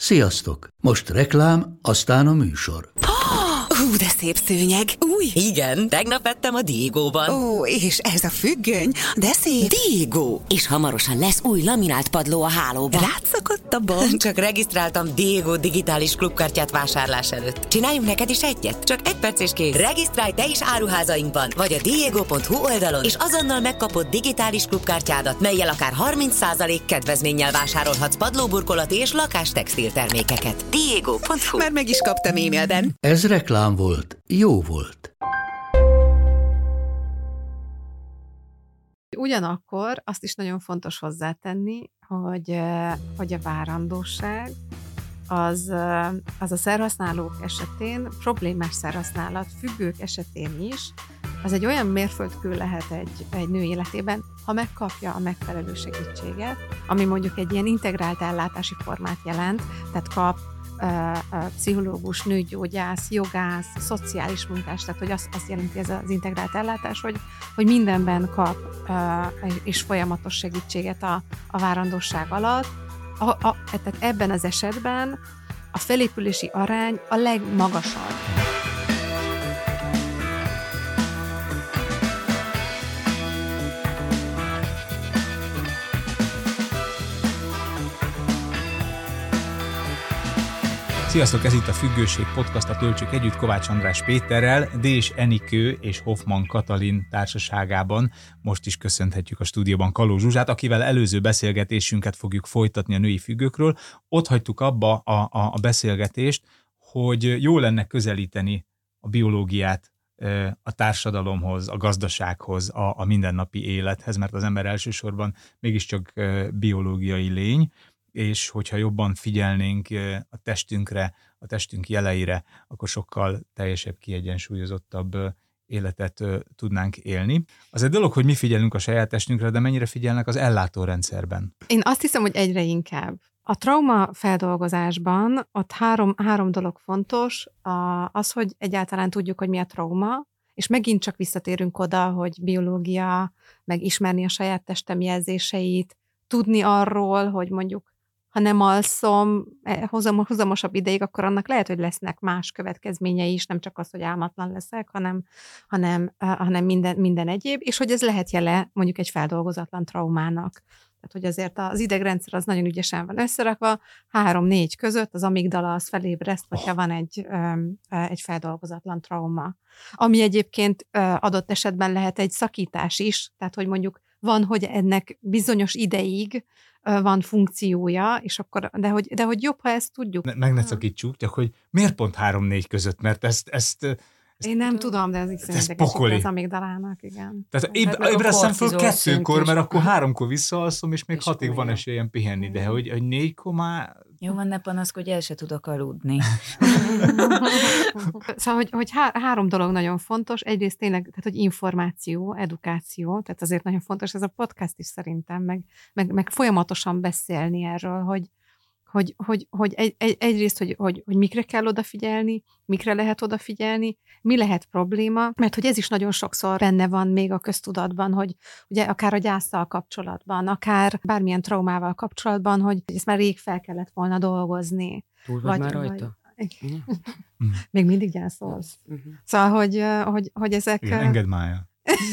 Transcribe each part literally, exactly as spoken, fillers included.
Sziasztok! Most reklám, aztán a műsor. Hú, de szép szőnyeg. Új? Igen, tegnap vettem a Diegóban. Ó, és ez a függöny, de szép. Diegó! És hamarosan lesz új laminált padló a hálóban. Rátszakadt a bank. Csak regisztráltam Diegó digitális klubkártyát vásárlás előtt. Csináljunk neked is egyet? Csak egy perc és kész. Regisztrálj te is áruházainkban, vagy a diego pont hu oldalon, és azonnal megkapod digitális klubkártyádat, mellyel akár harminc százalék kedvezménnyel vásárolhatsz padlóburkolati és lakástextil termékeket. diego pont hu. Már meg is kaptam e-mailben. Ez reklám volt, jó volt. Ugyanakkor azt is nagyon fontos hozzátenni, hogy, hogy a várandóság az, az a szerhasználók esetén, problémás szerhasználat, függők esetén is, az egy olyan mérföldkő lehet egy, egy nő életében, ha megkapja a megfelelő segítséget, ami mondjuk egy ilyen integrált ellátási formát jelent, tehát kap pszichológus, nőgyógyász, jogász, szociális munkás, tehát hogy azt, azt jelenti ez az integrált ellátás, hogy, hogy mindenben kap és folyamatos segítséget a, a várandóság alatt. A, a, tehát ebben az esetben a felépülési arány a legmagasabb. Sziasztok, ez itt a Függőség Podcast, a Töltsük Együtt Kovács András Péterrel, Dés Enikő és Hoffman Katalin társaságában. Most is köszönhetjük a stúdióban Kaló Zsuzsát, akivel előző beszélgetésünket fogjuk folytatni a női függőkről. Ott hagytuk abba a, a, a beszélgetést, hogy jó lenne közelíteni a biológiát a társadalomhoz, a gazdasághoz, a, a mindennapi élethez, mert az ember elsősorban mégiscsak biológiai lény, és hogyha jobban figyelnénk a testünkre, a testünk jeleire, akkor sokkal teljesebb, kiegyensúlyozottabb életet tudnánk élni. Az egy dolog, hogy mi figyelünk a saját testünkre, de mennyire figyelnek az ellátórendszerben? Én azt hiszem, hogy egyre inkább. A trauma feldolgozásban ott három, három dolog fontos. Az, hogy egyáltalán tudjuk, hogy mi a trauma, és megint csak visszatérünk oda, hogy biológia, meg ismerni a saját testem jelzéseit, tudni arról, hogy mondjuk ha nem alszom hozam, hozamosabb ideig, akkor annak lehet, hogy lesznek más következményei is, nem csak az, hogy álmatlan leszek, hanem, hanem, hanem minden, minden egyéb, és hogy ez lehet jele mondjuk egy feldolgozatlan traumának. Tehát, hogy azért az idegrendszer az nagyon ügyesen van összerakva, három-négy között az amigdala az felébreszt, hogyha van egy, egy feldolgozatlan trauma. Ami egyébként adott esetben lehet egy szakítás is, tehát, hogy mondjuk van, hogy ennek bizonyos ideig van funkciója, és akkor, de hogy, de hogy jobb, ha ezt tudjuk. Ne, meg ne szakítsuk, csak hogy miért pont három-négy között, mert ezt, ezt, ezt én nem tudom, de ez is pokoli. Az amigdalának, igen. Tehát ébreszem föl kettőkor, mert akkor háromkor visszaalszom, és még és hatig van esélyem pihenni, de hogy, hogy négykor már... Jó, van, ne panaszkodj, el se tudok aludni. Szóval, hogy, hogy há- három dolog nagyon fontos. Egyrészt tényleg, tehát, hogy információ, edukáció, tehát azért nagyon fontos ez a podcast is szerintem, meg, meg, meg folyamatosan beszélni erről, hogy hogy, hogy, hogy egy, egy, egyrészt, hogy, hogy, hogy mikre kell odafigyelni, mikre lehet odafigyelni, mi lehet probléma, mert hogy ez is nagyon sokszor benne van még a köztudatban, hogy ugye akár a gyászsal kapcsolatban, akár bármilyen traumával kapcsolatban, hogy ezt már rég fel kellett volna dolgozni. Túl vagy, vagy már rajta? Vagy, még mindig gyászolsz. Uh-huh. Szóval, hogy, hogy, hogy ezek... Igen, engedd már.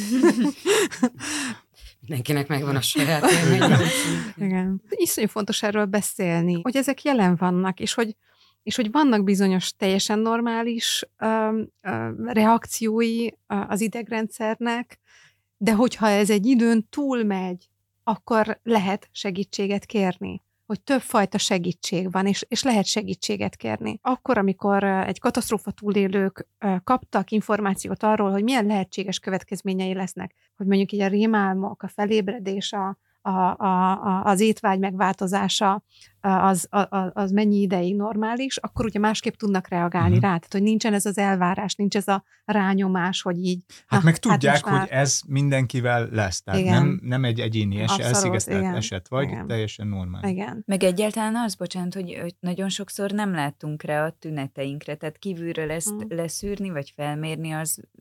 Mindenkinek megvan a saját élménye. Igen. Iszonyú fontos erről beszélni, hogy ezek jelen vannak, és hogy, és hogy vannak bizonyos teljesen normális ö, ö, reakciói az idegrendszernek, de hogyha ez egy időn túlmegy, akkor lehet segítséget kérni. Hogy többfajta segítség van, és, és lehet segítséget kérni. Akkor, amikor egy katasztrófa túlélők kaptak információt arról, hogy milyen lehetséges következményei lesznek, hogy mondjuk így a rémálmok, a felébredés, a, a, a, az étvágy megváltozása, az, a, az mennyi ideig normális, akkor ugye másképp tudnak reagálni uh-huh. rá. Tehát, hogy nincsen ez az elvárás, nincs ez a rányomás, hogy így... Hát na, meg tudják, hát már... hogy ez mindenkivel lesz. Tehát nem, nem egy egyéni es, elszigetelt igen. eset, vagy igen. teljesen normális. Igen. Meg egyáltalán az, bocsánat, hogy, hogy nagyon sokszor nem látunk rá a tüneteinkre, tehát kívülről ezt uh-huh. leszűrni, vagy felmérni, az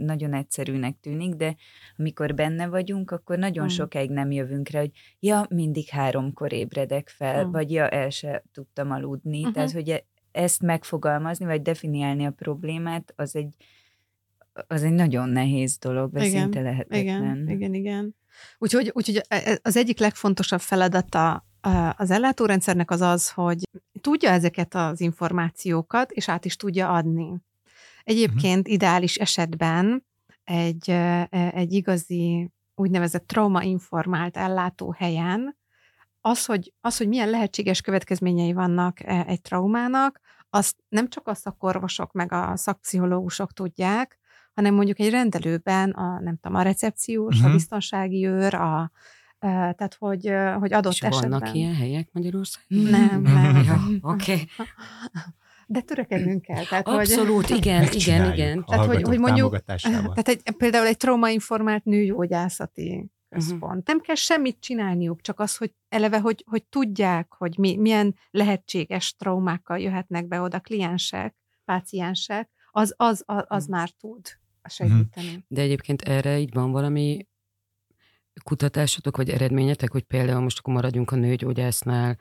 nagyon egyszerűnek tűnik, de amikor benne vagyunk, akkor nagyon Hmm. sokáig nem jövünk rá, hogy ja, mindig háromkor ébredek fel, Hmm. vagy ja, el se tudtam aludni. Uh-huh. Tehát, hogy e- ezt megfogalmazni, vagy definiálni a problémát, az egy, az egy nagyon nehéz dolog, vagy Igen, szinte lehetetlen. Igen, igen, igen. Úgyhogy, úgyhogy az egyik legfontosabb feladata az ellátórendszernek az az, hogy tudja ezeket az információkat, és át is tudja adni. Egyébként uh-huh. ideális esetben egy, egy igazi úgynevezett traumainformált ellátóhelyen az hogy, az, hogy milyen lehetséges következményei vannak egy traumának, azt nem csak a szakorvosok meg a szakpszichológusok tudják, hanem mondjuk egy rendelőben a, nem tudom, a recepciós, uh-huh. a biztonsági őr, a, tehát hogy, hogy adott és esetben... vannak ilyen helyek Magyarországon? Nem, nem. Ja, oké. Okay. De törekednünk kell. Tehát, abszolút, hogy, igen, igen, igen. Tehát, hogy, hogy mondjuk, tehát egy, például egy traumainformált nőgyógyászati központ. Uh-huh. Nem kell semmit csinálniuk, csak az, hogy eleve, hogy, hogy tudják, hogy mi, milyen lehetséges traumákkal jöhetnek be oda kliensek, páciensek, az, az, az, az uh-huh. már tud segíteni. Uh-huh. De egyébként erre így van valami kutatásotok, vagy eredményetek, hogy például most akkor maradjunk a nőgyógyásznál,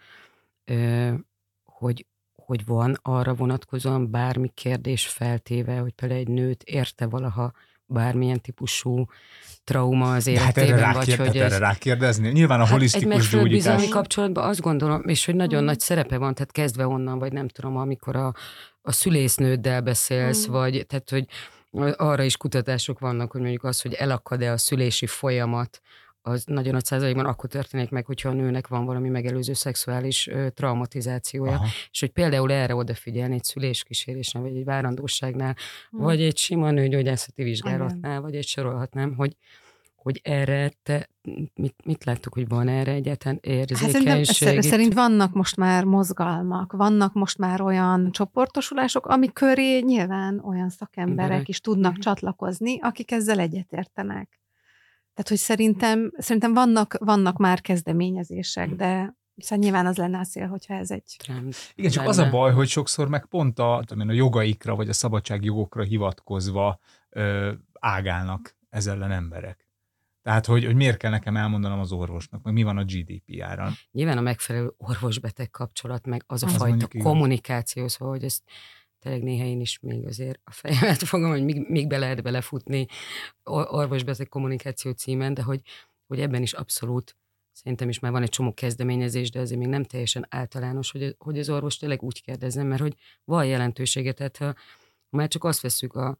hogy, hogy van arra vonatkozóan bármi kérdés feltéve, hogy például egy nőt érte valaha bármilyen típusú trauma az életében, hát vagy rákér, hogy hát ez... erre rákérdezni? Nyilván a hát holisztikus egy gyógyítás. Bizalmi gyógyítás. kapcsolatban azt gondolom, és hogy nagyon mm. nagy szerepe van, tehát kezdve onnan, vagy nem tudom, amikor a, a szülésznőddel beszélsz, mm. vagy tehát, hogy arra is kutatások vannak, hogy mondjuk az, hogy elakad-e a szülési folyamat, az nagyon nagy százalékban akkor történik meg, hogyha a nőnek van valami megelőző szexuális ö, traumatizációja, aha. és hogy például erre odafigyelni egy szüléskísérésnél, vagy egy várandóságnál, hmm. vagy egy sima nőgyógyászati vizsgálatnál, igen. vagy egy sorolhatnám, hogy, hogy erre te, mit, mit láttuk, hogy van erre egyáltalán érzékenység? Hát szerint vannak most már mozgalmak, vannak most már olyan csoportosulások, ami köré nyilván olyan szakemberek Emberek. is tudnak hmm. csatlakozni, akik ezzel egyetértenek. Tehát, hogy szerintem, szerintem vannak, vannak már kezdeményezések, de szóval nyilván az lenne a cél, hogyha ez egy... Trend. Igen, csak lenne. Az a baj, hogy sokszor meg pont a, a jogaikra, vagy a szabadságjogokra hivatkozva ö, ágálnak ez ellen emberek. Tehát, hogy, hogy miért kell nekem elmondanom az orvosnak, meg mi van a gé dé pé er-en. Nyilván a megfelelő orvos-beteg kapcsolat, meg az a az fajta kommunikáció, szóval, hogy ezt tényleg néha én is még azért a fejemet fogom, hogy még, még be lehet belefutni orvos-beteg kommunikáció címen, de hogy, hogy ebben is abszolút szerintem is már van egy csomó kezdeményezés, de azért még nem teljesen általános, hogy, hogy az orvos tényleg úgy kérdezzen, mert hogy van jelentősége, tehát ha már csak azt veszük a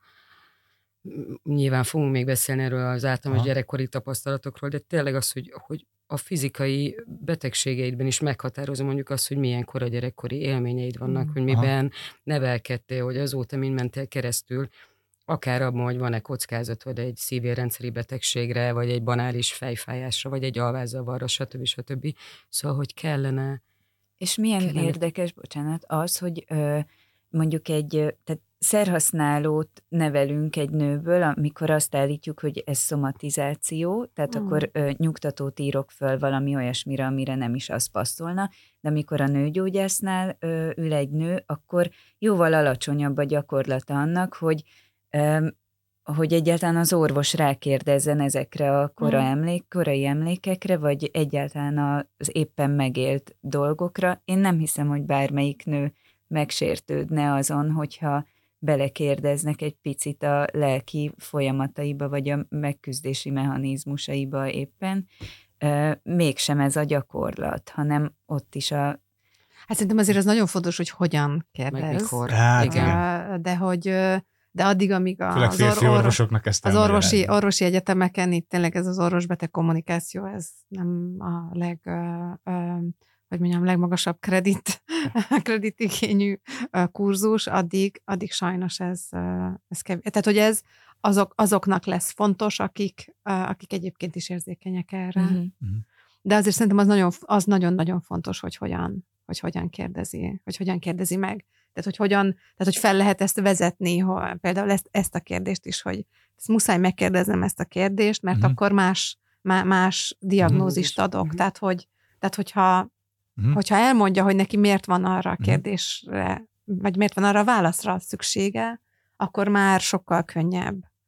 nyilván fogunk még beszélni erről az általános gyerekkori tapasztalatokról, de tényleg az, hogy, hogy a fizikai betegségeidben is meghatározom mondjuk azt, hogy milyen kora gyerekkori élményeid vannak, mm. hogy miben aha. nevelkedtél, hogy azóta mind mentél keresztül, akár abban, hogy van-e kockázatod egy szívérrendszeri betegségre, vagy egy banális fejfájásra, vagy egy alvázzavarra, stb. stb. Szóval, hogy kellene... És milyen kellene... érdekes, bocsánat, az, hogy ö, mondjuk egy, tehát szerhasználót nevelünk egy nőből, amikor azt állítjuk, hogy ez szomatizáció, tehát mm. akkor ö, nyugtatót írok föl valami olyasmire, amire nem is az passzolna, de amikor a nőgyógyásznál ö, ül egy nő, akkor jóval alacsonyabb a gyakorlata annak, hogy, ö, hogy egyáltalán az orvos rákérdezzen ezekre a kora mm. emlék, korai emlékekre, vagy egyáltalán az éppen megélt dolgokra. Én nem hiszem, hogy bármelyik nő megsértődne azon, hogyha belekérdeznek egy picit a lelki folyamataiba, vagy a megküzdési mechanizmusaiba éppen. Mégsem ez a gyakorlat, hanem ott is a... Hát szerintem azért az nagyon fontos, hogy hogyan kérdez. Mikor. Hát, igen. De hogy... De addig, amíg a, az, or- orvosoknak ezt az orvosi, orvosi egyetemeken itt tényleg ez az orvos-beteg kommunikáció, ez nem a leg... Ö, ö, hogy mondjam, legmagasabb kredit, kreditigényű kurzus, addig, addig sajnos ez, ez kevés. Tehát, hogy ez azok, azoknak lesz fontos, akik, akik egyébként is érzékenyek erre. Mm-hmm. De azért szerintem az, nagyon, az nagyon-nagyon fontos, hogy hogyan, hogy hogyan kérdezi, hogy hogyan kérdezi meg. Tehát, hogy hogyan, tehát, hogy fel lehet ezt vezetni, hogy például ezt, ezt a kérdést is, hogy ezt muszáj megkérdeznem ezt a kérdést, mert mm-hmm. akkor más, más diagnózist adok. Mm-hmm. Tehát, hogy, tehát, hogyha Uh-huh. hogyha elmondja, hogy neki miért van arra a kérdésre, uh-huh. vagy miért van arra a válaszra szüksége, akkor már sokkal könnyebb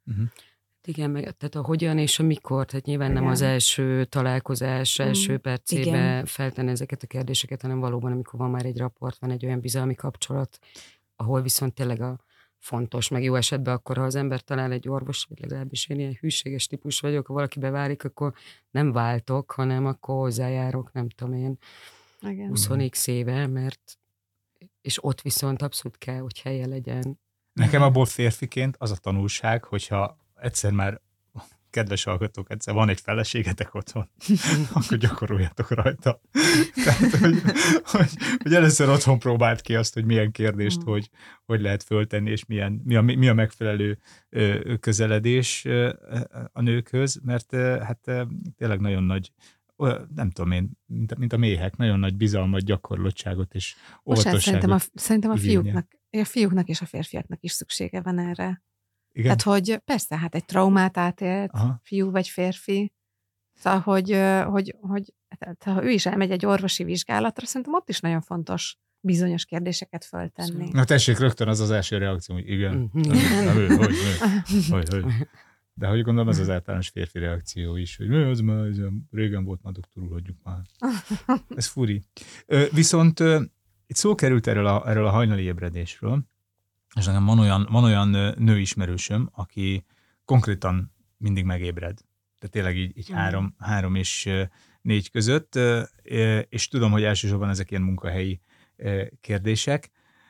Uh-huh. Igen, meg, tehát a hogyan és a mikor, tehát nyilván igen. nem az első találkozás, mm. első percében feltenni ezeket a kérdéseket, hanem valóban, amikor van már egy raport, van egy olyan bizalmi kapcsolat, ahol viszont tényleg a fontos, meg jó esetben akkor, ha az ember talál egy orvos, vagy legalábbis én ilyen hűséges típus vagyok, ha valaki beválik, akkor nem váltok, hanem akkor hozzájárok, nem tudom én, húsz x éve, mert és ott viszont abszolút kell, hogy helye legyen. Nekem abból férfiként az a tanulság, hogyha egyszer már, kedves hallgatók, egyszer van egy feleségetek otthon, akkor gyakoroljatok rajta. Tehát, hogy, hogy, hogy először otthon próbált ki azt, hogy milyen kérdést, mm. hogy, hogy lehet föltenni, és milyen, mi, a, mi a megfelelő ö, közeledés ö, a nőkhöz, mert ö, hát ö, tényleg nagyon nagy, ö, nem tudom én, mint, mint a méhek, nagyon nagy bizalmat, gyakorlottságot és óvatosságot. Szerintem a, szerintem a fiúknak, a fiúknak és a férfiaknak is szüksége van erre. Igen? Tehát, hogy persze, hát egy traumát átélt, aha. fiú vagy férfi, szóval, hogy, hogy, hogy tehát, ha ő is elmegy egy orvosi vizsgálatra, szerintem ott is nagyon fontos bizonyos kérdéseket föltenni. Na tessék, rögtön az az első reakció, hogy igen. igen. Na, hogy, hogy, hogy, hogy. De hogy gondolom, az az általános férfi reakció is, hogy az már régen volt, már doktor úr, hagyjuk már. Ez furi. Viszont itt szó került erről a, erről a hajnali ébredésről, és nekem van olyan, van olyan nőismerősöm, aki konkrétan mindig megébred. Tehát tényleg így, így mm. három, három és négy között, és tudom, hogy elsősorban ezek ilyen munkahelyi kérdések,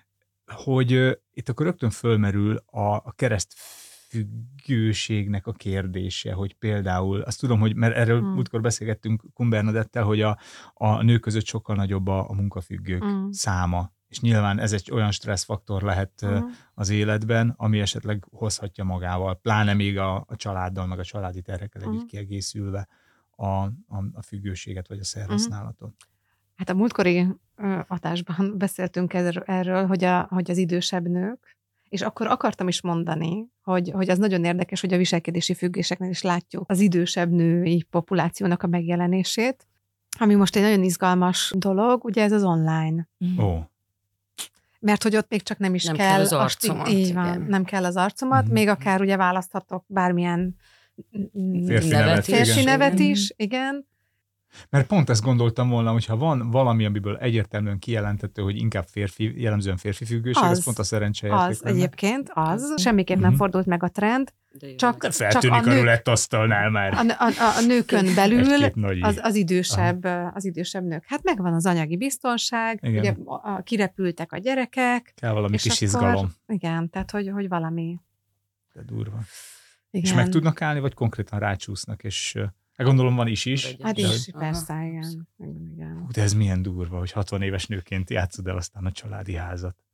hogy itt akkor rögtön fölmerül a, a keresztfüggőségnek a kérdése, hogy például, azt tudom, hogy, mert erről mm. múltkor beszélgettünk Kun Bernadettel, hogy a, a nők között sokkal nagyobb a, a munkafüggők mm. száma. És nyilván ez egy olyan stresszfaktor lehet uh-huh. az életben, ami esetleg hozhatja magával, pláne még a, a családdal, meg a családi terhekkel uh-huh. együtt kiegészülve a, a, a függőséget, vagy a szerhasználatot. Uh-huh. Hát a múltkori ö, adásban beszéltünk erről, erről hogy, a, hogy az idősebb nők, és akkor akartam is mondani, hogy, hogy az nagyon érdekes, hogy a viselkedési függéseknél is látjuk az idősebb női populációnak a megjelenését, ami most egy nagyon izgalmas dolog, ugye ez az online. Ó. Oh. Mert hogy ott még csak nem is nem kell, kell az arcomat. Így van, nem kell az arcomat, mm-hmm. még akár ugye választhatok bármilyen férfi nevet, férfi igen. nevet is, igen. Mert pont ezt gondoltam volna, hogyha van valami, amiből egyértelműen kijelentető, hogy inkább férfi, jellemzően férfi függőség, az, az pont a szerencsejáték. Az lenne. Egyébként, az. Semmiképp mm-hmm. nem fordult meg a trend. Csak, feltűnik csak a, a rulett asztalnál már. A, a, a, a nőkön belül az, az, idősebb, az idősebb nők. Hát megvan az anyagi biztonság, igen. ugye a, a, kirepültek a gyerekek. Kell valami kis akkor, izgalom. Igen, tehát hogy, hogy valami. De durva. Igen. És meg tudnak állni, vagy konkrétan rácsúsznak, és hát gondolom van is is. Hát is, hogy... persze, igen. igen. De ez milyen durva, hogy hatvan éves nőként játszod el aztán a családi házat.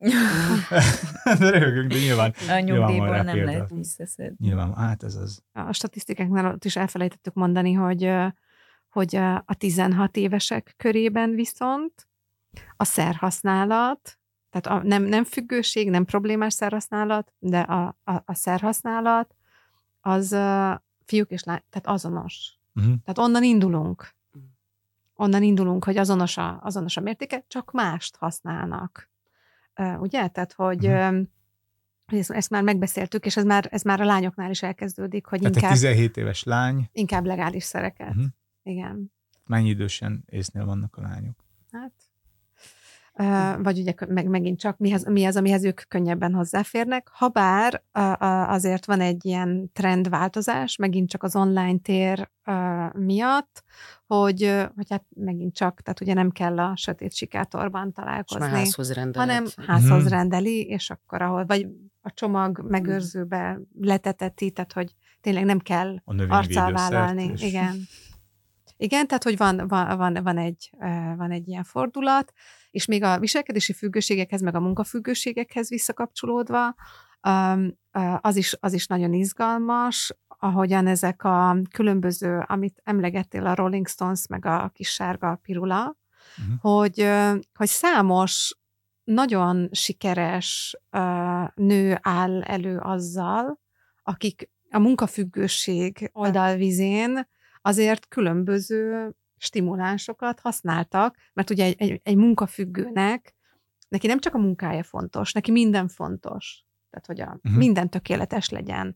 De röhögünk, de nyilván. A nyugdíjból nem lehet visszaszedni. Nyilván, hát ez az. A statisztikáknál ott is elfelejtettük mondani, hogy, hogy a tizenhat évesek körében viszont a szerhasználat, tehát a, nem, nem függőség, nem problémás szerhasználat, de a, a, a szerhasználat az fiúk és lány, tehát azonos. Uh-huh. Tehát onnan indulunk. Onnan indulunk, hogy azonos a, azonos a mértéke, csak mást használnak. Uh, ugye? Tehát, hogy uh-huh. ezt, ezt már megbeszéltük, és ez már, ez már a lányoknál is elkezdődik, hogy tehát inkább... egy tizenhét éves lány. Inkább legális szereket. Uh-huh. Igen. Mennyi idősen észnél vannak a lányok? Hát... Uh, vagy ugye meg, megint csak mi az, mi az, amihez ők könnyebben hozzáférnek, habár uh, uh, azért van egy ilyen trendváltozás, megint csak az online tér uh, miatt, hogy, uh, hogy hát megint csak, tehát ugye nem kell a sötét sikátorban találkozni, házhoz hanem házhoz hmm. rendeli, és akkor ahol, vagy a csomag megőrzőbe leteteti, tehát hogy tényleg nem kell arccal vállalni. És... Igen. Igen, tehát hogy van, van, van, van, egy, van egy ilyen fordulat, és még a viselkedési függőségekhez, meg a munkafüggőségekhez visszakapcsolódva, az is, az is nagyon izgalmas, ahogyan ezek a különböző, amit emlegettél, a Rolling Stones, meg a kis sárga pirula, uh-huh. hogy, hogy számos nagyon sikeres nő áll elő azzal, akik a munkafüggőség oldalvizén azért különböző stimulánsokat használtak, mert ugye egy, egy, egy munkafüggőnek, neki nem csak a munkája fontos, neki minden fontos. Tehát, hogy a, uh-huh. minden tökéletes legyen.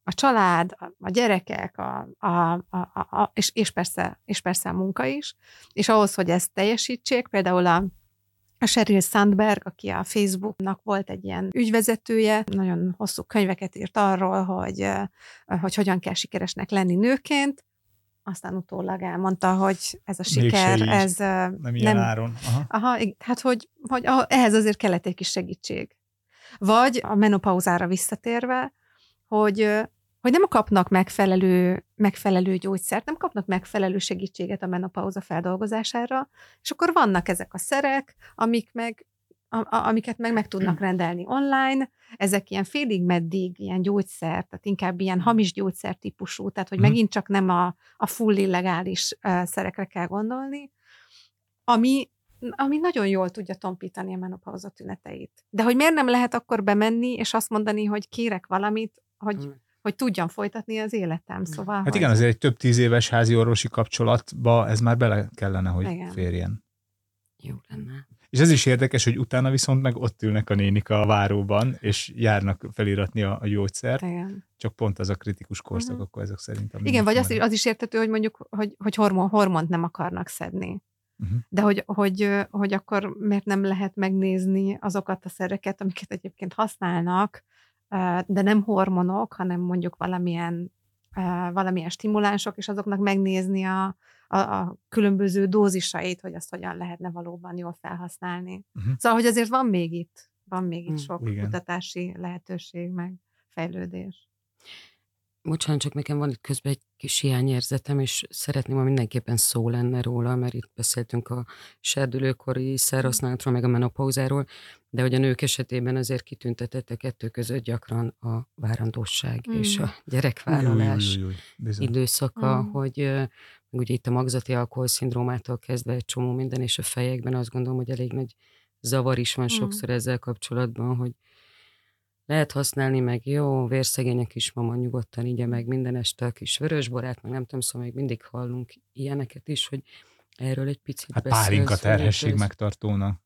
a család, a, a gyerekek, a, a, a, a, és, és, persze, és persze a munka is, és ahhoz, hogy ezt teljesítsék, például a A Sheryl Sandberg, aki a Facebooknak volt egy ilyen ügyvezetője, nagyon hosszú könyveket írt arról, hogy, hogy hogyan kell sikeresnek lenni nőként, aztán utólag elmondta, hogy ez a siker, ez nem ilyen nem, áron. Aha. Aha, hát hogy, hogy ehhez azért kellett egy kis segítség. Vagy a menopauzára visszatérve, hogy, hogy nem kapnak megfelelő, megfelelő gyógyszert, nem kapnak megfelelő segítséget a menopauza feldolgozására, és akkor vannak ezek a szerek, amik meg, a, a, amiket meg meg tudnak rendelni online, ezek ilyen félig meddig ilyen gyógyszer, tehát inkább ilyen hamis gyógyszer típusú, tehát hogy megint csak nem a, a full illegális uh, szerekre kell gondolni, ami, ami nagyon jól tudja tompítani a menopauza tüneteit. De hogy miért nem lehet akkor bemenni, és azt mondani, hogy kérek valamit, hogy hogy tudjam folytatni az életem. Szóval, hát hogy... igen, azért egy több tíz éves házi orvosi kapcsolatba ez már bele kellene, hogy igen. férjen. Jó lenne. És ez is érdekes, hogy utána viszont meg ott ülnek a nénik a váróban, és járnak feliratni a, a gyógyszert. Igen. Csak pont az a kritikus korszak, uh-huh. akkor ezek szerint. Igen, vagy az, az is értető, hogy mondjuk, hogy, hogy hormon, hormont nem akarnak szedni. Uh-huh. De hogy, hogy, hogy akkor miért nem lehet megnézni azokat a szereket, amiket egyébként használnak, de nem hormonok, hanem mondjuk valamilyen, valamilyen stimulánsok, és azoknak megnézni a, a, a különböző dózisait, hogy azt hogyan lehetne valóban jól felhasználni. Uh-huh. Szóval, hogy azért van még itt, van még itt sok Igen. kutatási lehetőség, meg fejlődés. Bocsánat, csak nekem van itt közben egy kis hiányérzetem, és szeretném, ha mindenképpen szó lenne róla, mert itt beszéltünk a serdülőkori szerhasználatról, meg a menopauzáról, de hogy a nők esetében azért kitüntetett a kettő között gyakran a várandóság mm. és a gyerekvállalás júj, júj, júj, időszaka, mm. hogy ugye itt a magzati alkoholszindrómától kezdve egy csomó minden, és a fejekben azt gondolom, hogy elég nagy zavar is van mm. sokszor ezzel kapcsolatban, hogy lehet használni, meg jó, vérszegények is mama nyugodtan igye meg minden este a kis vörösborát, meg nem tudom, szóval még mindig hallunk ilyeneket is, hogy erről egy picit hát beszélsz. Hát pálinka terhesség megtartónak.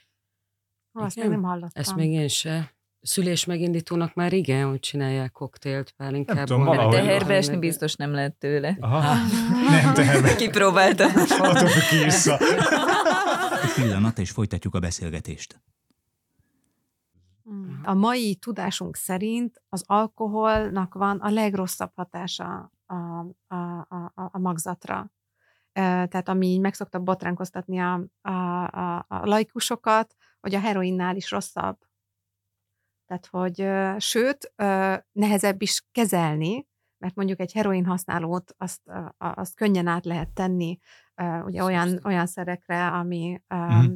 Azt még nem hallottam. Ezt még én se. Szülés megindítónak már igen, hogy csinálják koktélt pálinkából. Nem tudom, teherbe esni biztos nem lehet tőle. Aha, nem teherbe. Kipróbáltam. Attól ki vissza. Egy pillanat, és folytatjuk a beszélgetést. A mai tudásunk szerint az alkoholnak van a legrosszabb hatása a, a, a, a magzatra. Tehát ami így meg szokta botránkoztatni a, a, a, a laikusokat, hogy a heroinnál is rosszabb. Tehát, hogy sőt, nehezebb is kezelni, mert mondjuk egy heroin használót azt, azt könnyen át lehet tenni ugye olyan, olyan szerekre, ami, mm.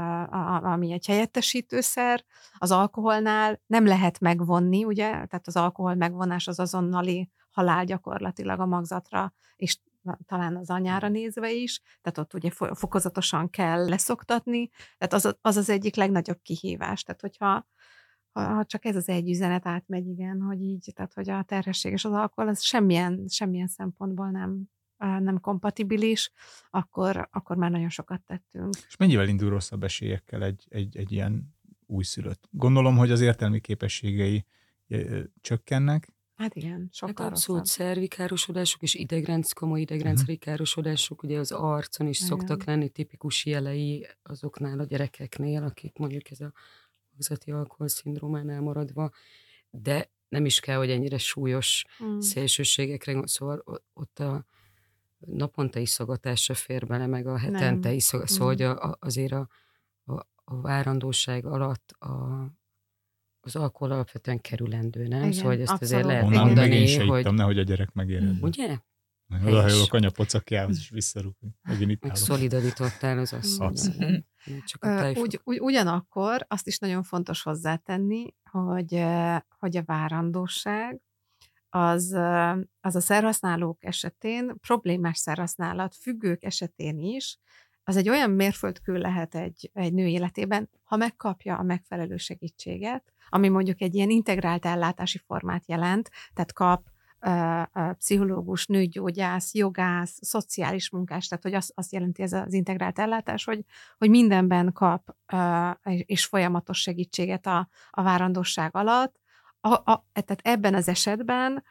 ami egy helyettesítőszer. Az alkoholnál nem lehet megvonni, ugye, tehát az alkohol megvonás az azonnali halál gyakorlatilag a magzatra, és talán az anyára nézve is, tehát ott ugye fokozatosan kell leszoktatni, tehát az az, az egyik legnagyobb kihívás, tehát hogyha ha csak ez az egy üzenet átmegy, igen, hogy így, tehát hogy a terhesség és az alkohol, az semmilyen, semmilyen szempontból nem, nem kompatibilis, akkor, akkor már nagyon sokat tettünk. És mennyivel indul rosszabb esélyekkel egy, egy, egy ilyen újszülött? Gondolom, hogy az értelmi képességei csökkennek. Hát igen, sokkal hát abszolút szervi károsodások és idegrendsz, komoly idegrendszeri uh-huh. károsodások, ugye az arcon is igen. szoktak lenni tipikus jelei azoknál a gyerekeknél, akik mondjuk ez a magzati alkoholszindrómánál maradva, de nem is kell, hogy ennyire súlyos mm. szélsőségekre, szóval ott a naponta iszogatásra fér bele, meg a hetente iszogatás, mm. szóval hogy a, azért a, a, a várandóság alatt a, az alkohol alapvetően kerülendő, nem? Igen, szóval hogy ezt abszolút. azért lehet Onnan mondani, még én se hogy... ittam, nehogy a gyerek megéred. Ugye? Oda hajolok anya pocakjához, és visszarúgni. Megint itt meg szolidarítottál az asszony. Ugy, ugy, ugyanakkor azt is nagyon fontos hozzátenni, hogy, hogy a várandóság az, az a szerhasználók esetén, problémás szerhasználat, függők esetén is, az egy olyan mérföldkő lehet egy, egy nő életében, ha megkapja a megfelelő segítséget, ami mondjuk egy ilyen integrált ellátási formát jelent, tehát kap pszichológus, nőgyógyász, jogász, szociális munkás, tehát hogy azt, azt jelenti ez az integrált ellátás, hogy, hogy mindenben kap és folyamatos segítséget a, a várandosság alatt. A, a, tehát ebben az esetben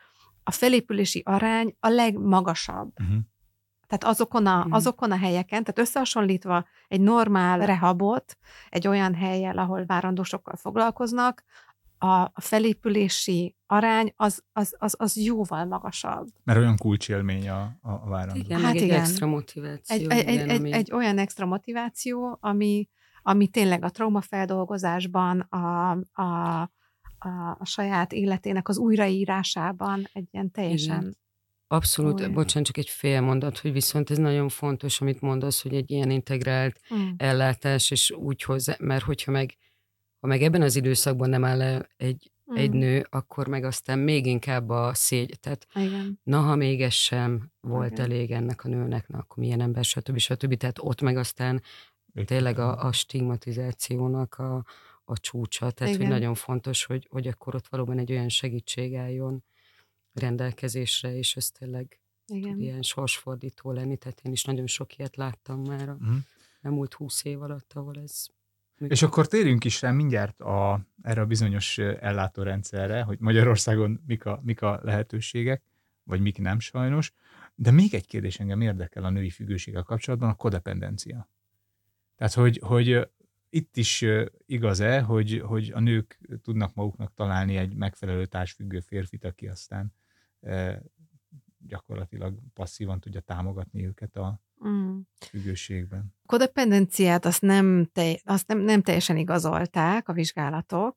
a felépülési arány a legmagasabb. Uh-huh. Tehát azokon a, azokon a helyeken, tehát összehasonlítva egy normál rehabot, egy olyan hellyel, ahol várandósokkal foglalkoznak, a, a felépülési arány az, az, az, az jóval magasabb. Mert olyan kulcsélmény a, a várandó. Igen, hát egy igen. extra motiváció. Egy, igen, egy, egy, ami... egy olyan extra motiváció, ami, ami tényleg a traumafeldolgozásban, a, a, a, a saját életének az újraírásában egy ilyen teljesen... Igen. Abszolút, Olyan. bocsánat, csak egy fél mondat, hogy viszont ez nagyon fontos, amit mondasz, hogy egy ilyen integrált mm. ellátás, és úgy hozzá, mert hogyha meg, ha meg ebben az időszakban nem áll le egy, mm. egy nő, akkor meg aztán még inkább a szégy, tehát Igen. na, ha még ez sem volt Igen. elég ennek a nőnek, na, akkor milyen ember, stb. stb. Tehát ott meg aztán tényleg a, a stigmatizációnak a, a csúcsa, tehát Igen. hogy nagyon fontos, hogy, hogy akkor ott valóban egy olyan segítség álljon rendelkezésre, és ez tényleg tud ilyen sorsfordító lenni, tehát én is nagyon sok ilyet láttam már a uh-huh. elmúlt húsz év alatt, ahol ez... És akkor térjünk is rá mindjárt a, erre a bizonyos ellátórendszerre, hogy Magyarországon mik a, mik a lehetőségek, vagy mik nem sajnos, de még egy kérdés engem érdekel a női függőséggel kapcsolatban, a kodependencia. Tehát, hogy, hogy itt is igaz-e, hogy, hogy a nők tudnak maguknak találni egy megfelelő társfüggő férfit, aki aztán e, gyakorlatilag passzívan tudja támogatni őket a mm. függőségben. A kodependenciát azt, nem, te, azt nem, nem teljesen igazolták a vizsgálatok,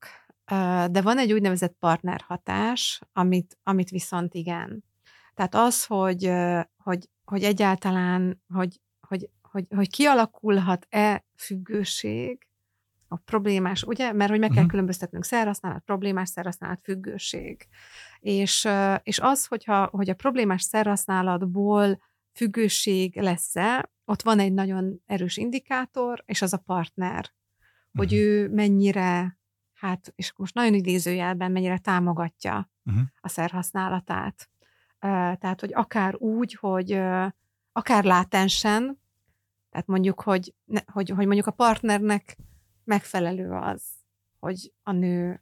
de van egy úgynevezett partnerhatás, amit, amit viszont igen. Tehát az, hogy, hogy, hogy egyáltalán, hogy, hogy, hogy, hogy kialakulhat-e függőség, a problémás, ugye? Mert hogy meg kell uh-huh. különböztetnünk szerhasználat, problémás szerhasználat, függőség. És, és az, hogyha, hogy a problémás szerhasználatból függőség lesz-e, ott van egy nagyon erős indikátor, és az a partner. Hogy uh-huh. ő mennyire, hát, és most nagyon idézőjelben mennyire támogatja uh-huh. a szerhasználatát. Tehát, hogy akár úgy, hogy akár látensen, tehát mondjuk, hogy, hogy, hogy mondjuk a partnernek megfelelő az, hogy a nő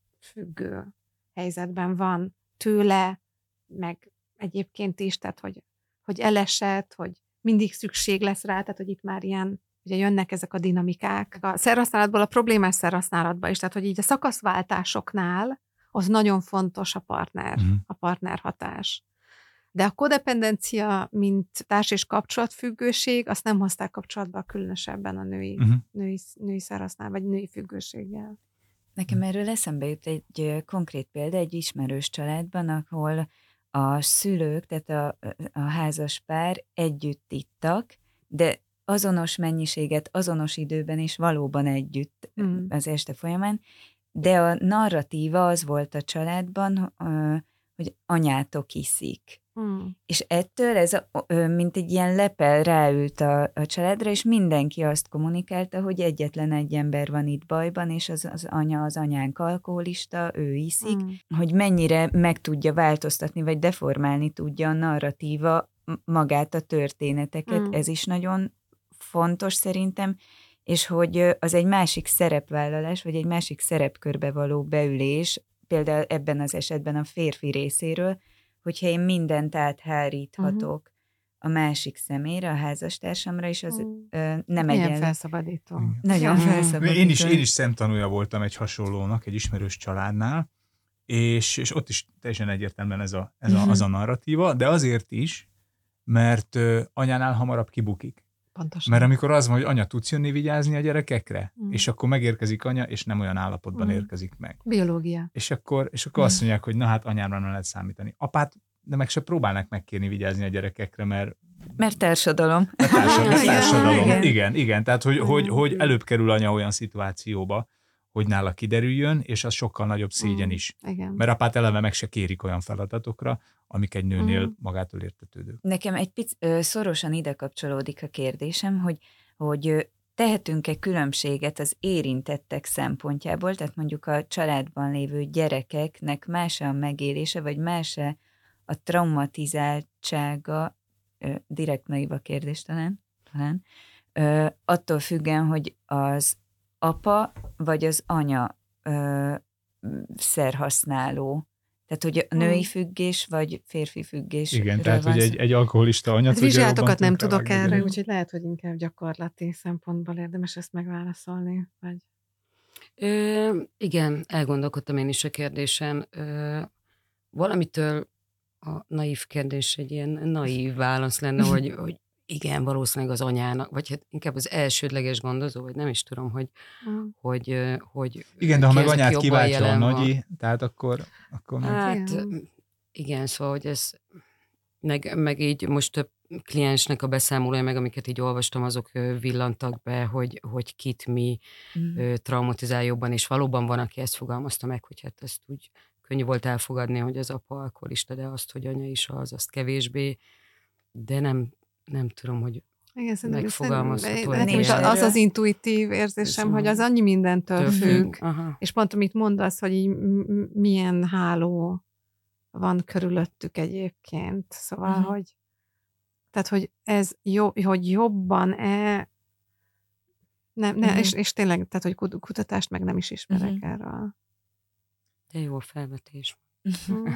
függő helyzetben van tőle, meg egyébként is, tehát hogy, hogy elesett, hogy mindig szükség lesz rá, tehát hogy itt már ilyen, ugye jönnek ezek a dinamikák. A szerhasználatból a problémás szerhasználatba is, tehát hogy így a szakaszváltásoknál az nagyon fontos a partner, uh-huh. a partnerhatás. De a kodependencia, mint társ- és kapcsolatfüggőség, azt nem hozták kapcsolatba különösebben a női, uh-huh. női, női szerhasznál, vagy női függőséggel. Nekem erről eszembe jut egy konkrét példa, egy ismerős családban, ahol a szülők, tehát a, a házas pár együtt ittak, de azonos mennyiséget, azonos időben és valóban együtt mm. az este folyamán, de a narratíva az volt a családban, hogy anyátok iszik. Mm. És ettől ez a, mint egy ilyen lepel ráült a, a családra, és mindenki azt kommunikálta, hogy egyetlen egy ember van itt bajban, és az, az anya, az anyánk alkoholista, ő iszik, mm. hogy mennyire meg tudja változtatni, vagy deformálni tudja a narratíva magát, a történeteket. Mm. Ez is nagyon fontos szerintem, és hogy az egy másik szerepvállalás, vagy egy másik szerepkörbe való beülés, például ebben az esetben a férfi részéről, hogyha én mindent átháríthatok uh-huh. a másik személyre, a házastársamra, és az uh-huh. ö, nem egyen... Milyen felszabadító. Nagyon uh-huh. felszabadító. Én is, én is szemtanúja voltam egy hasonlónak, egy ismerős családnál, és, és ott is teljesen egyértelműen ez a, ez a, uh-huh. az a narratíva, de azért is, mert ö, anyánál hamarabb kibukik. Pontosan. Mert amikor az van, hogy anya, tudsz jönni vigyázni a gyerekekre, mm. és akkor megérkezik anya, és nem olyan állapotban mm. érkezik meg. Biológia. És akkor, és akkor mm. azt mondják, hogy na hát anyámra nem lehet számítani. Apát, de meg se próbálnak megkérni vigyázni a gyerekekre, mert... Mert társadalom. Mert társadalom, mert társadalom. Igen. igen, igen. Tehát, hogy, hogy, hogy előbb kerül anya olyan szituációba, hogy nála kiderüljön, és az sokkal nagyobb szégyen mm. is. Igen. Mert apát eleve meg se kérik olyan feladatokra, amik egy nőnél mm. magától értetődő. Nekem egy pic, ö, szorosan ide kapcsolódik a kérdésem, hogy, hogy tehetünk-e különbséget az érintettek szempontjából, tehát mondjuk a családban lévő gyerekeknek más a megélése, vagy más a traumatizáltsága, ö, direkt naiv a kérdés talán, talán ö, attól függően, hogy az apa vagy az anya ö, szerhasználó. Tehát, hogy a női függés, vagy férfi függés. Igen, tehát, hogy egy, egy alkoholista anya tudja. Vizsgálatokat nem tudok erre, úgyhogy lehet, hogy inkább gyakorlati szempontból érdemes ezt megválaszolni. Vagy... Ö, igen, elgondolkodtam én is a kérdésen. Ö, valamitől a naív kérdés egy ilyen naív válasz lenne, hogy, hogy igen, valószínűleg az anyának, vagy hát inkább az elsődleges gondozó, vagy nem is tudom, hogy... Mm. hogy, hogy igen, de ha meg anyát kiváltja a nagyi, tehát akkor... akkor meg... Hát igen. igen, szóval, hogy ez... Meg, meg így most több kliensnek a beszámolója, meg amiket így olvastam, azok villantak be, hogy, hogy kit mi mm. traumatizál jobban, és valóban van, aki ezt fogalmazta meg, hogy hát ezt úgy könnyű volt elfogadni, hogy az apa alkoholista, de azt, hogy anya is az, azt kevésbé, de nem, nem tudom, hogy igen, megfogalmazható. Az az intuitív érzésem, ez hogy az annyi mindentől függ, függ. És pont amit mondasz, hogy így milyen háló van körülöttük egyébként. Szóval, uh-huh. hogy tehát, hogy ez jó, hogy jobban-e nem, ne, uh-huh. és, és tényleg, tehát, hogy kutatást meg nem is ismerek uh-huh. erről. De jó felvetés. Uh-huh.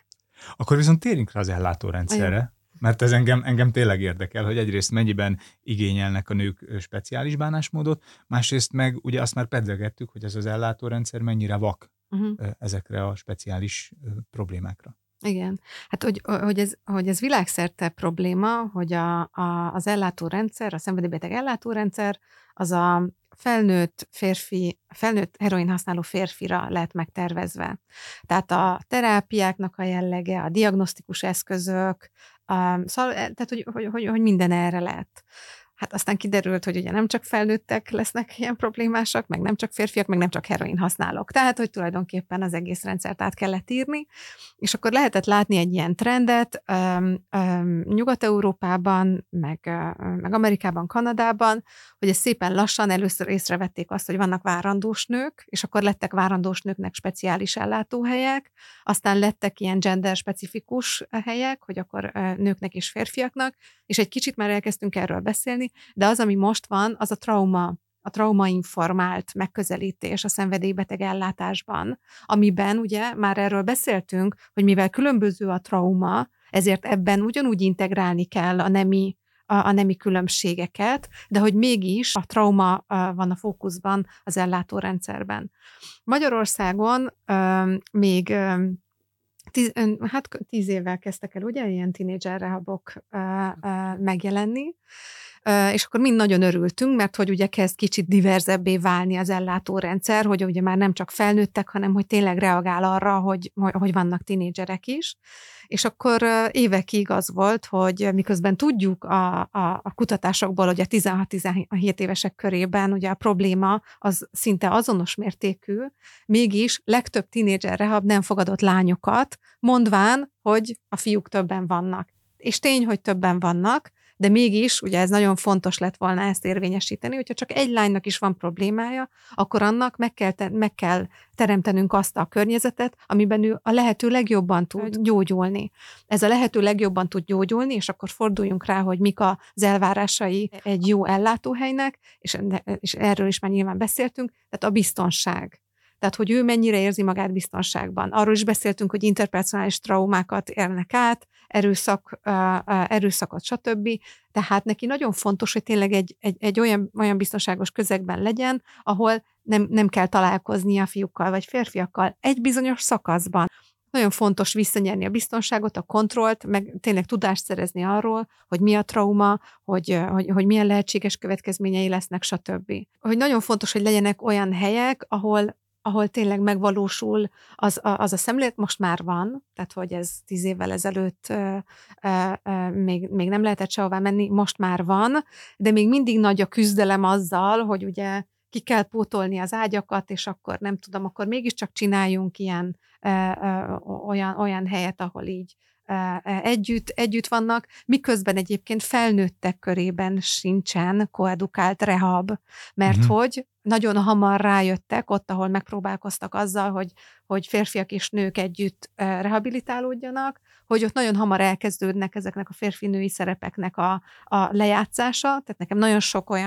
Akkor viszont térjünk rá az ellátórendszerre, uh-huh. mert ez engem, engem tényleg érdekel, hogy egyrészt mennyiben igényelnek a nők speciális bánásmódot, másrészt meg ugye azt már pedzegettük, hogy ez az ellátórendszer mennyire vak uh-huh. ezekre a speciális problémákra. Igen. Hát, hogy, hogy, ez, hogy ez világszerte probléma, hogy a, a, az ellátórendszer, a szenvedélybeteg ellátórendszer, az a felnőtt férfi, felnőtt heroin használó férfira lett megtervezve. Tehát a terápiáknak a jellege, a diagnosztikus eszközök, a, szóval, tehát hogy, hogy, hogy, hogy minden erre lett. Hát aztán kiderült, hogy ugye nem csak felnőttek lesznek ilyen problémásak, meg nem csak férfiak, meg nem csak heroin használók. Tehát, hogy tulajdonképpen az egész rendszert át kellett írni, és akkor lehetett látni egy ilyen trendet öm, öm, Nyugat-Európában, meg, öm, meg Amerikában, Kanadában, hogy ez szépen lassan először észrevették azt, hogy vannak várandós nők, és akkor lettek várandós nőknek speciális ellátóhelyek, aztán lettek ilyen gender-specifikus helyek, hogy akkor nőknek és férfiaknak, és egy kicsit már elkezdtünk erről beszélni, de az, ami most van, az a trauma, a traumainformált megközelítés a szenvedélybeteg ellátásban, amiben ugye már erről beszéltünk, hogy mivel különböző a trauma, ezért ebben ugyanúgy integrálni kell a nemi, a, a nemi különbségeket, de hogy mégis a trauma van a fókuszban az ellátórendszerben. Magyarországon euh, még euh, Tíz, hát tíz évvel kezdtek el, ugye, ilyen tínédzser rehabok uh, uh, megjelenni, uh, és akkor mind nagyon örültünk, mert hogy ugye kezd kicsit diverzebbé válni az ellátórendszer, hogy ugye már nem csak felnőttek, hanem hogy tényleg reagál arra, hogy, hogy vannak tínédzserek is. És akkor uh, évekig az volt, hogy miközben tudjuk a, a, a kutatásokból, hogy a tizenhat-tizenhét évesek körében ugye a probléma az szinte azonos mértékű, mégis legtöbb tínédzser rehab nem fogadott lányokat, mondván, hogy a fiúk többen vannak. És tény, hogy többen vannak, de mégis, ugye ez nagyon fontos lett volna ezt érvényesíteni, hogyha csak egy lánynak is van problémája, akkor annak meg kell, te- meg kell teremtenünk azt a környezetet, amiben ő a lehető legjobban tud gyógyulni. Ez a lehető legjobban tud gyógyulni, és akkor forduljunk rá, hogy mik az elvárásai egy jó ellátóhelynek, és, és erről is már nyilván beszéltünk, tehát a biztonság. Tehát, hogy ő mennyire érzi magát biztonságban. Arról is beszéltünk, hogy interpersonális traumákat érnek át, erőszak, erőszakot, stb. Tehát neki nagyon fontos, hogy tényleg egy, egy, egy olyan, olyan biztonságos közegben legyen, ahol nem, nem kell találkoznia fiúkkal vagy férfiakkal egy bizonyos szakaszban. Nagyon fontos visszanyerni a biztonságot, a kontrollt, meg tényleg tudást szerezni arról, hogy mi a trauma, hogy, hogy, hogy milyen lehetséges következményei lesznek, stb. Hogy nagyon fontos, hogy legyenek olyan helyek, ahol ahol tényleg megvalósul az a, az a szemlélet, most már van, tehát hogy ez tíz évvel ezelőtt ö, ö, ö, még, még nem lehetett sehová menni, most már van, de még mindig nagy a küzdelem azzal, hogy ugye ki kell pótolni az ágyakat, és akkor nem tudom, akkor mégiscsak csináljunk ilyen ö, ö, olyan, olyan helyet, ahol így Együtt, együtt vannak, miközben egyébként felnőttek körében sincsen koedukált rehab, mert uh-huh. hogy nagyon hamar rájöttek ott, ahol megpróbálkoztak azzal, hogy, hogy férfiak és nők együtt rehabilitálódjanak, hogy ott nagyon hamar elkezdődnek ezeknek a férfi-női szerepeknek a, a lejátszása, tehát nekem nagyon sok olyan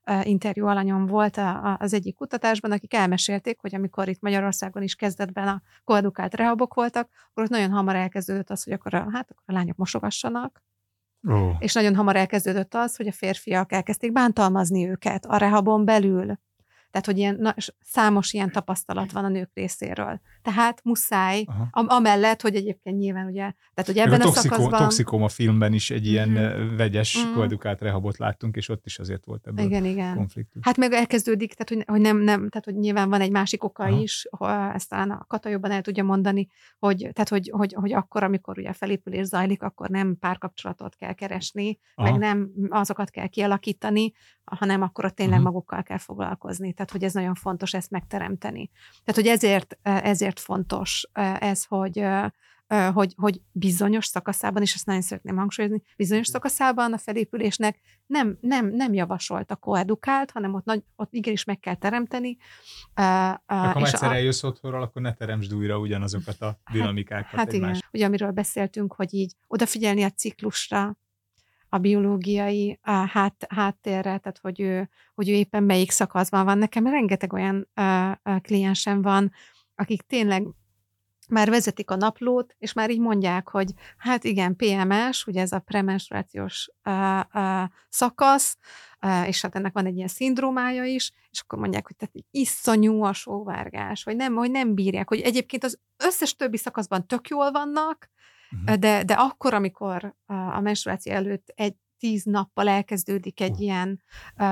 interjú alanyom volt az egyik kutatásban, akik elmesélték, hogy amikor itt Magyarországon is kezdetben a koedukált rehabok voltak, akkor ott nagyon hamar elkezdődött az, hogy akkor a, hát akkor a lányok mosogassanak, oh. és nagyon hamar elkezdődött az, hogy a férfiak elkezdték bántalmazni őket a rehabon belül. Tehát, hogy ilyen, na, számos ilyen tapasztalat van a nők részéről. Tehát muszáj, am- amellett, hogy egyébként nyilván ugye, tehát, hogy ebben a, a toxikó, szakaszban... Toxikóma filmben is egy ilyen mm-hmm. vegyes mm-hmm. koedukált rehabot láttunk, és ott is azért volt ebből igen, igen. konfliktus. Hát meg elkezdődik, tehát, hogy, hogy nem, nem, tehát, hogy nyilván van egy másik oka Aha. is, ezt talán a Kata jobban el tudja mondani, hogy, tehát, hogy, hogy, hogy akkor, amikor ugye a felépülés zajlik, akkor nem párkapcsolatot kell keresni, Aha. meg nem azokat kell kialakítani, hanem akkor ott tényleg uh-huh. magukkal kell foglalkozni. Tehát, hogy ez nagyon fontos ezt megteremteni. Tehát, hogy ezért, ezért fontos ez, hogy, hogy, hogy bizonyos szakaszában, és ezt nagyon szeretném hangsúlyozni, bizonyos szakaszában a felépülésnek nem, nem, nem javasolt a koedukált, hanem ott, nagy, ott igenis meg kell teremteni. Ha egyszer a... eljössz otthonról, akkor ne teremtsd újra ugyanazokat a dinamikákat. Hát, hát igen, ugye amiről beszéltünk, hogy így odafigyelni a ciklusra, a biológiai a hát, háttérre, tehát hogy ő, hogy ő éppen melyik szakaszban van. Nekem rengeteg olyan uh, uh, kliensem van, akik tényleg már vezetik a naplót, és már így mondják, hogy hát igen, pé em es, ugye ez a premenstruációs uh, uh, szakasz, uh, és hát ennek van egy ilyen szindrómája is, és akkor mondják, hogy tehát iszonyú a sóvárgás, vagy nem, hogy nem bírják, hogy egyébként az összes többi szakaszban tök jól vannak, De, de akkor, amikor a menstruáció előtt egy tíz nappal elkezdődik egy, uh. ilyen,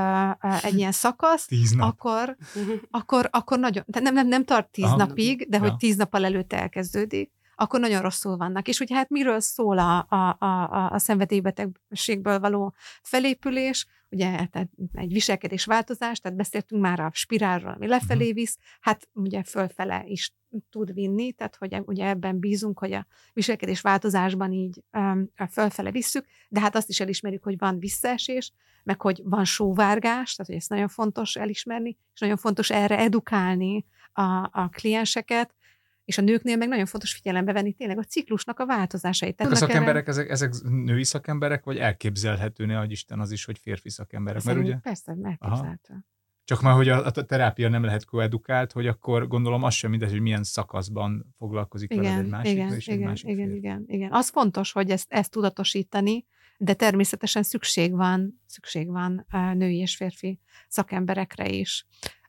uh, egy ilyen szakasz, akkor, akkor, akkor nagyon, nem, nem, nem tart tíz Aha. napig, de ja. hogy tíz nappal előtt elkezdődik, akkor nagyon rosszul vannak. És ugye hát miről szól a, a, a, a szenvedélybetegségből való felépülés, ugye tehát egy viselkedés változás, tehát beszéltünk már a spirálról, ami lefelé visz, hát ugye fölfele is tud vinni, tehát hogy ugye ebben bízunk, hogy a viselkedés változásban így um, fölfele visszük, de hát azt is elismerjük, hogy van visszaesés, meg hogy van sóvárgás, tehát hogy ezt nagyon fontos elismerni, és nagyon fontos erre edukálni a, a klienseket, és a nőknél meg nagyon fontos figyelembe venni tényleg a ciklusnak a változásait. Tehát a szakemberek, erre... ezek, ezek női szakemberek, vagy elképzelhető, ne adj Isten az is, hogy férfi szakemberek? Mert ugye... Persze, elképzelhető. Aha. Csak már, hogy a, a terápia nem lehet koedukált, hogy akkor gondolom az sem mindegy, hogy milyen szakaszban foglalkozik igen, veled egy másik igen, és igen, egy másik igen, férfi. igen, igen. Az fontos, hogy ezt, ezt tudatosítani, de természetesen szükség van, szükség van női és férfi szakemberekre is.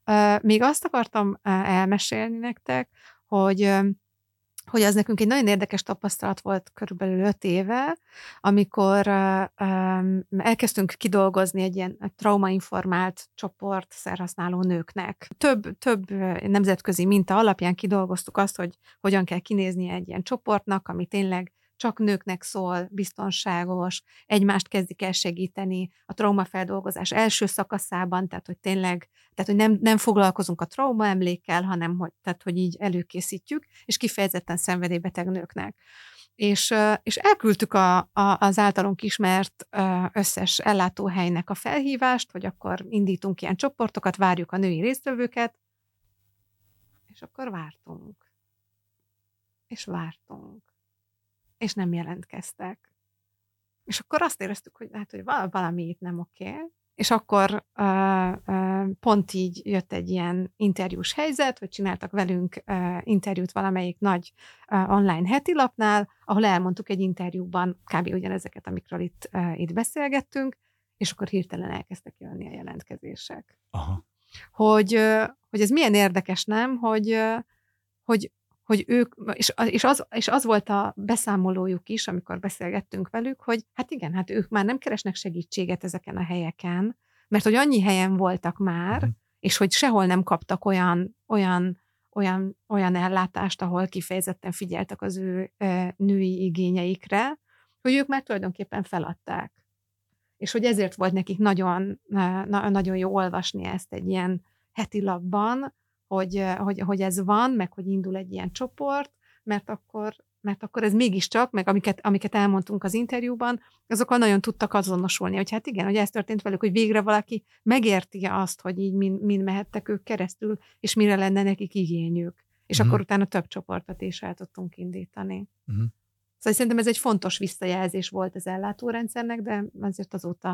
Még azt akartam elmesélni nektek, hogy hogy az nekünk egy nagyon érdekes tapasztalat volt körülbelül öt éve, amikor uh, um, elkezdtünk kidolgozni egy ilyen traumainformált csoport szerhasználó nőknek. Több, több nemzetközi minta alapján kidolgoztuk azt, hogy hogyan kell kinéznie egy ilyen csoportnak, ami tényleg csak nőknek szól, biztonságos, egymást kezdik el segíteni a traumafeldolgozás első szakaszában, tehát hogy tényleg, tehát hogy nem, nem foglalkozunk a trauma emlékkel, hanem hogy, tehát, hogy így előkészítjük, és kifejezetten szenvedélybeteg nőknek. És, és elküldtük a, a, az általunk ismert összes ellátóhelynek a felhívást, hogy akkor indítunk ilyen csoportokat, várjuk a női résztvevőket, és akkor vártunk. És vártunk. És nem jelentkeztek. És akkor azt éreztük, hogy hát, hogy valami itt nem oké. És akkor uh, uh, pont így jött egy ilyen interjús helyzet, hogy csináltak velünk uh, interjút valamelyik nagy uh, online heti lapnál, ahol elmondtuk egy interjúban kb. Ugyanezeket, amikről itt, uh, itt beszélgettünk, és akkor hirtelen elkezdtek jönni a jelentkezések. Aha. Hogy, uh, hogy ez milyen érdekes, nem? Hogy, uh, hogy hogy ők, és, és, az, és az volt a beszámolójuk is, amikor beszélgettünk velük, hogy hát igen, hát ők már nem keresnek segítséget ezeken a helyeken, mert hogy annyi helyen voltak már, mm. és hogy sehol nem kaptak olyan, olyan, olyan, olyan ellátást, ahol kifejezetten figyeltek az ő e, női igényeikre, hogy ők már tulajdonképpen feladták. És hogy ezért volt nekik nagyon, na, nagyon jó olvasni ezt egy ilyen heti lapban, Hogy, hogy, hogy ez van, meg hogy indul egy ilyen csoport, mert akkor, mert akkor ez mégiscsak, meg amiket, amiket elmondtunk az interjúban, azokkal nagyon tudtak azonosulni, hogy hát igen, hogy ez történt velük, hogy végre valaki megérti azt, hogy így mind, mind mehettek ők keresztül, és mire lenne nekik igényük. És uh-huh. akkor utána több csoportot is el tudtunk indítani. Uh-huh. Szóval szerintem ez egy fontos visszajelzés volt az ellátórendszernek, de azért azóta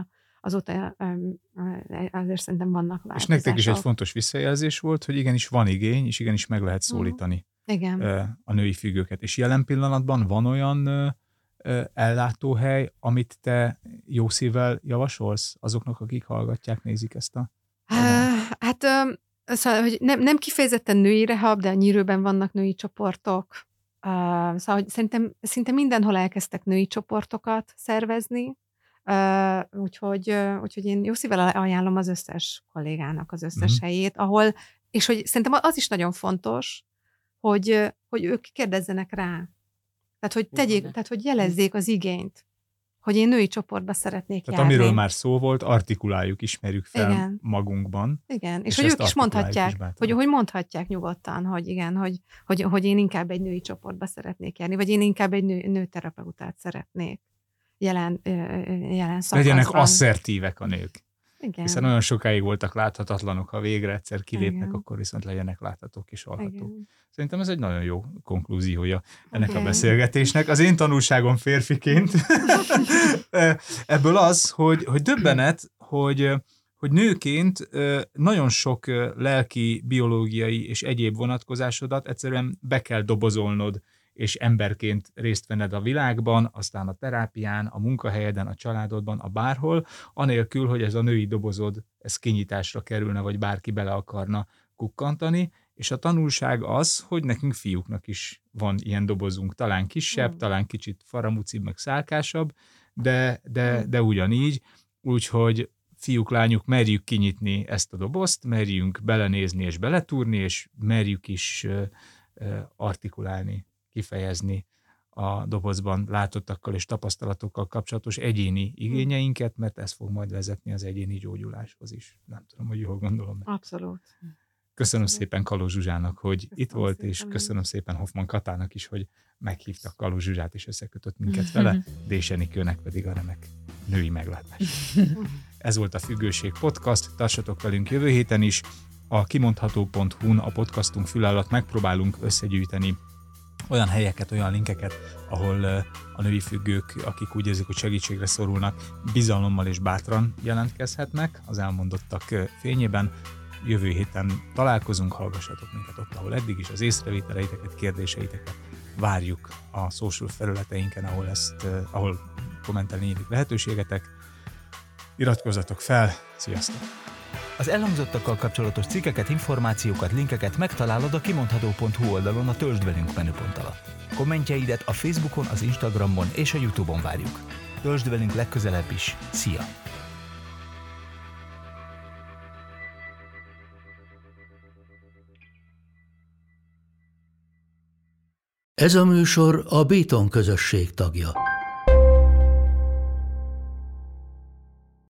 azóta azért szerintem vannak változások. És nektek is egy fontos visszajelzés volt, hogy igenis van igény, és igenis meg lehet szólítani Igen. a női függőket. És jelen pillanatban van olyan ellátóhely, amit te jó szívvel javasolsz azoknak, akik hallgatják, nézik ezt a... Hát, szóval, hogy nem, nem kifejezetten női rehab, de a Nyírőben vannak női csoportok. Szóval, hogy szerintem szinte mindenhol elkezdtek női csoportokat szervezni, úgyhogy, úgyhogy én jó szívvel ajánlom az összes kollégának az összes mm. helyét, ahol, és hogy szerintem az is nagyon fontos, hogy, hogy ők kérdezzenek rá. Tehát, hogy tegyék, tehát, hogy jelezzék az igényt, hogy én női csoportba szeretnék tehát járni. amiről már szó volt, artikuláljuk, ismerjük fel igen. magunkban. Igen, és, és hogy ők is mondhatják, is hogy, hogy mondhatják nyugodtan, hogy igen, hogy, hogy, hogy én inkább egy női csoportba szeretnék járni, vagy én inkább egy nő, nőterapeutát szeretnék jelen, jelen szakaszban. Legyenek asszertívek a nők. Igen. Hiszen olyan sokáig voltak láthatatlanok, ha végre egyszer kilépnek, igen. akkor viszont legyenek láthatók és hallhatók. Igen. Szerintem ez egy nagyon jó konklúziója ennek igen. a beszélgetésnek. Az én tanulságom férfiként ebből az, hogy, hogy döbbenet, hogy, hogy nőként nagyon sok lelki, biológiai és egyéb vonatkozásodat egyszerűen be kell dobozolnod, és emberként részt venned a világban, aztán a terápián, a munkahelyeden, a családodban, a bárhol, anélkül, hogy ez a női dobozod, ez kinyitásra kerülne, vagy bárki bele akarna kukkantani, és a tanulság az, hogy nekünk fiúknak is van ilyen dobozunk, talán kisebb, mm. talán kicsit faramucibb, meg szálkásabb, de, de, de ugyanígy, úgyhogy fiúk, lányok, merjük kinyitni ezt a dobozt, merjünk belenézni és beletúrni, és merjük is uh, uh, artikulálni, kifejezni a dobozban látottakkal és tapasztalatokkal kapcsolatos egyéni igényeinket, mert ez fog majd vezetni az egyéni gyógyuláshoz is. Nem tudom, hogy jól gondolom. Abszolút. Köszönöm Abszolút. szépen Kalóz Zsuzsának, hogy köszönöm itt volt, és szépen. Köszönöm szépen Hoffmann Katának is, hogy meghívtak Kalóz Zsuzsát, és összekötött minket vele, Dés Enikőnek pedig a remek női meglátás. Ez volt a Függőség Podcast, tartsatok velünk jövő héten is. A kimondható pont hu-n a podcastunk fül alatt megpróbálunk összegyűjteni olyan helyeket, olyan linkeket, ahol a női függők, akik úgy érzik, hogy segítségre szorulnak, bizalommal és bátran jelentkezhetnek az elmondottak fényében. Jövő héten találkozunk, hallgassatok minket ott, ahol eddig is, az észrevételeiteket, kérdéseiteket várjuk a social felületeinken, ahol, ezt, ahol kommentelni nyílik lehetőségetek. Iratkozzatok fel, sziasztok! Az elhangzottakkal kapcsolatos cikkeket, információkat, linkeket megtalálod a kimondható pont hu oldalon a Töltsd velünk menüpont alatt. Kommentjeidet a Facebookon, az Instagramon és a YouTube-on várjuk. Töltsd velünk legközelebb is. Szia! Ez a műsor a Béton közösség tagja.